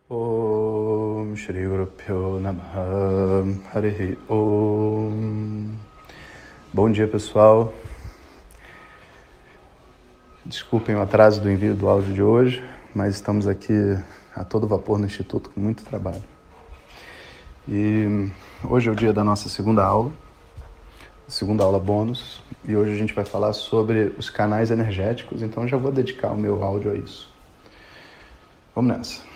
Om Shri Guru Pyo Namaha Harihi Om. Bom dia, pessoal. Desculpem o atraso do envio do áudio de hoje, mas estamos aqui a todo vapor no Instituto com muito trabalho. E hoje é o dia da nossa segunda aula bônus, e hoje a gente vai falar sobre os canais energéticos, então eu já vou dedicar o meu áudio a isso. Vamos nessa.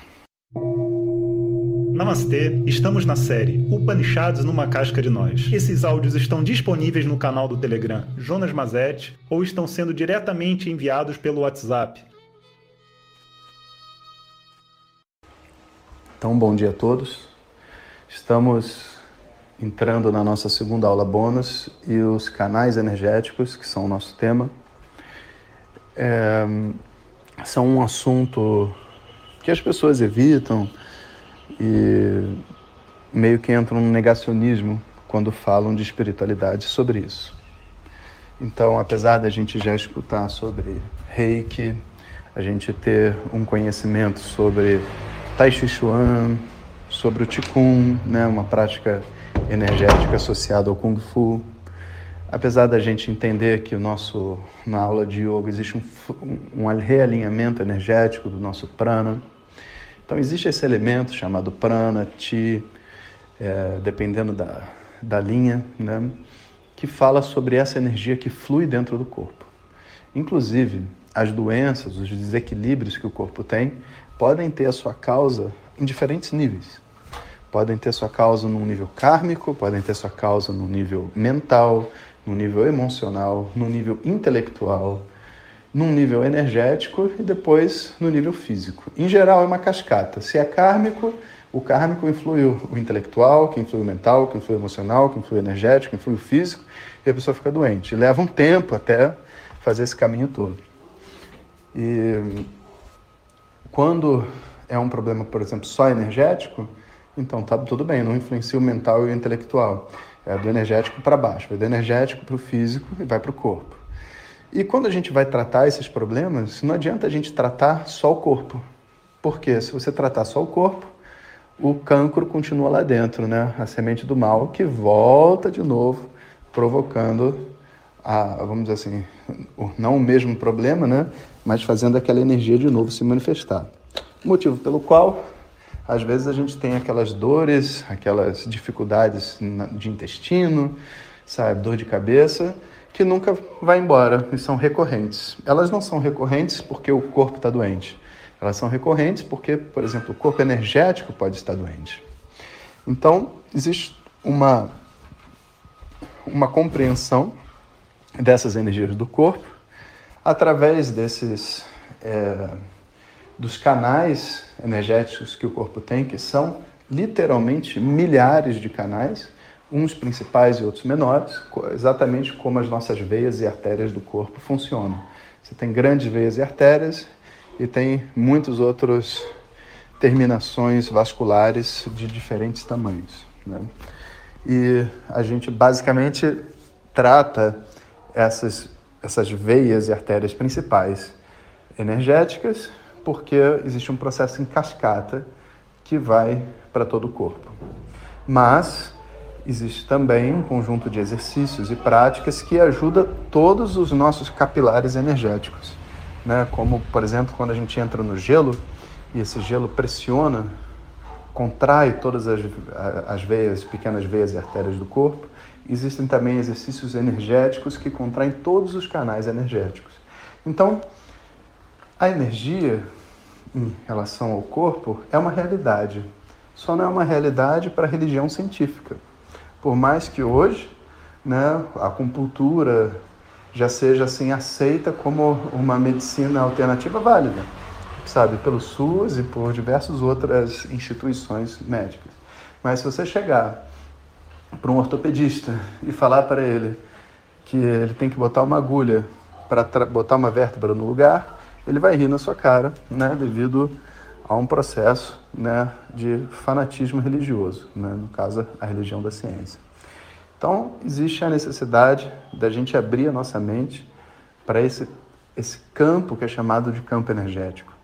Namastê, estamos na série Upanishads numa casca de nós. Esses áudios estão disponíveis no canal do Telegram Jonas Mazetti ou estão sendo diretamente enviados pelo WhatsApp. Então, bom dia a todos. Estamos entrando na nossa segunda aula bônus e os canais energéticos, que são o nosso tema, são um assunto que as pessoas evitam e meio que entram no negacionismo quando falam de espiritualidade sobre isso. Então, apesar da gente já escutar sobre Reiki, a gente ter um conhecimento sobre Tai Chi Chuan, sobre o Qigong, né, uma prática energética associada ao Kung Fu, apesar da gente entender que na aula de yoga existe um realinhamento energético do nosso prana. Então, existe esse elemento chamado prana, chi, dependendo da linha, né, que fala sobre essa energia que flui dentro do corpo. Inclusive, as doenças, os desequilíbrios que o corpo tem, podem ter a sua causa em diferentes níveis. Podem ter sua causa num nível kármico, podem ter sua causa no nível mental, no nível emocional, no nível intelectual, num nível energético e depois no nível físico. Em geral é uma cascata. Se é kármico, o kármico influi o intelectual, que influi o mental, que influi o emocional, que influi o energético, que influi o físico, e a pessoa fica doente. Leva um tempo até fazer esse caminho todo. E quando é um problema, por exemplo, só energético, então tá tudo bem, não influencia o mental e o intelectual. É do energético para baixo, vai do energético para o físico e vai para o corpo. E quando a gente vai tratar esses problemas, não adianta a gente tratar só o corpo. Porque se você tratar só o corpo, o cancro continua lá dentro, né? A semente do mal que volta de novo, provocando, vamos dizer assim, não o mesmo problema, né? Mas fazendo aquela energia de novo se manifestar. Motivo pelo qual, às vezes, a gente tem aquelas dores, aquelas dificuldades de intestino, sabe? Dor de cabeça, que nunca vai embora e são recorrentes. Elas não são recorrentes porque o corpo está doente. Elas são recorrentes porque, por exemplo, o corpo energético pode estar doente. Então, existe uma compreensão dessas energias do corpo através dos canais energéticos que o corpo tem, que são literalmente milhares de canais, uns principais e outros menores, exatamente como as nossas veias e artérias do corpo funcionam. Você tem grandes veias e artérias e tem muitas outras terminações vasculares de diferentes tamanhos, né? E a gente basicamente trata essas veias e artérias principais energéticas porque existe um processo em cascata que vai para todo o corpo. Mas existe também um conjunto de exercícios e práticas que ajuda todos os nossos capilares energéticos, né? Como, por exemplo, quando a gente entra no gelo e esse gelo pressiona, contrai todas as veias, pequenas veias e artérias do corpo. Existem também exercícios energéticos que contraem todos os canais energéticos. Então, a energia em relação ao corpo é uma realidade. Só não é uma realidade para a religião científica. Por mais que hoje, né, a acupuntura já seja assim aceita como uma medicina alternativa válida, sabe, pelo SUS e por diversas outras instituições médicas. Mas se você chegar para um ortopedista e falar para ele que ele tem que botar uma agulha para botar uma vértebra no lugar, ele vai rir na sua cara, né, devido a um processo, né, de fanatismo religioso, né, no caso, a religião da ciência. Então, existe a necessidade da gente abrir a nossa mente para esse campo que é chamado de campo energético.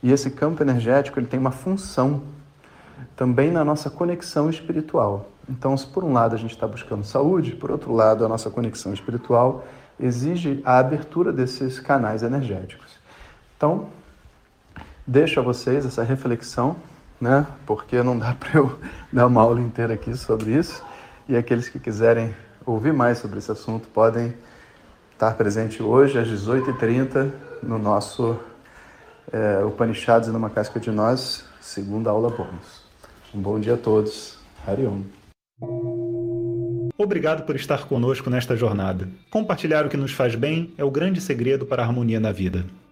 E esse campo energético ele tem uma função também na nossa conexão espiritual. Então, se por um lado a gente está buscando saúde, por outro lado a nossa conexão espiritual exige a abertura desses canais energéticos. Então, deixo a vocês essa reflexão, né? Porque não dá para eu dar uma aula inteira aqui sobre isso. E aqueles que quiserem ouvir mais sobre esse assunto podem estar presente hoje às 18h30 no nosso Upanishads numa Casca de Nós, segunda aula bônus. Um bom dia a todos. Hari Om. Obrigado por estar conosco nesta jornada. Compartilhar o que nos faz bem é o grande segredo para a harmonia na vida.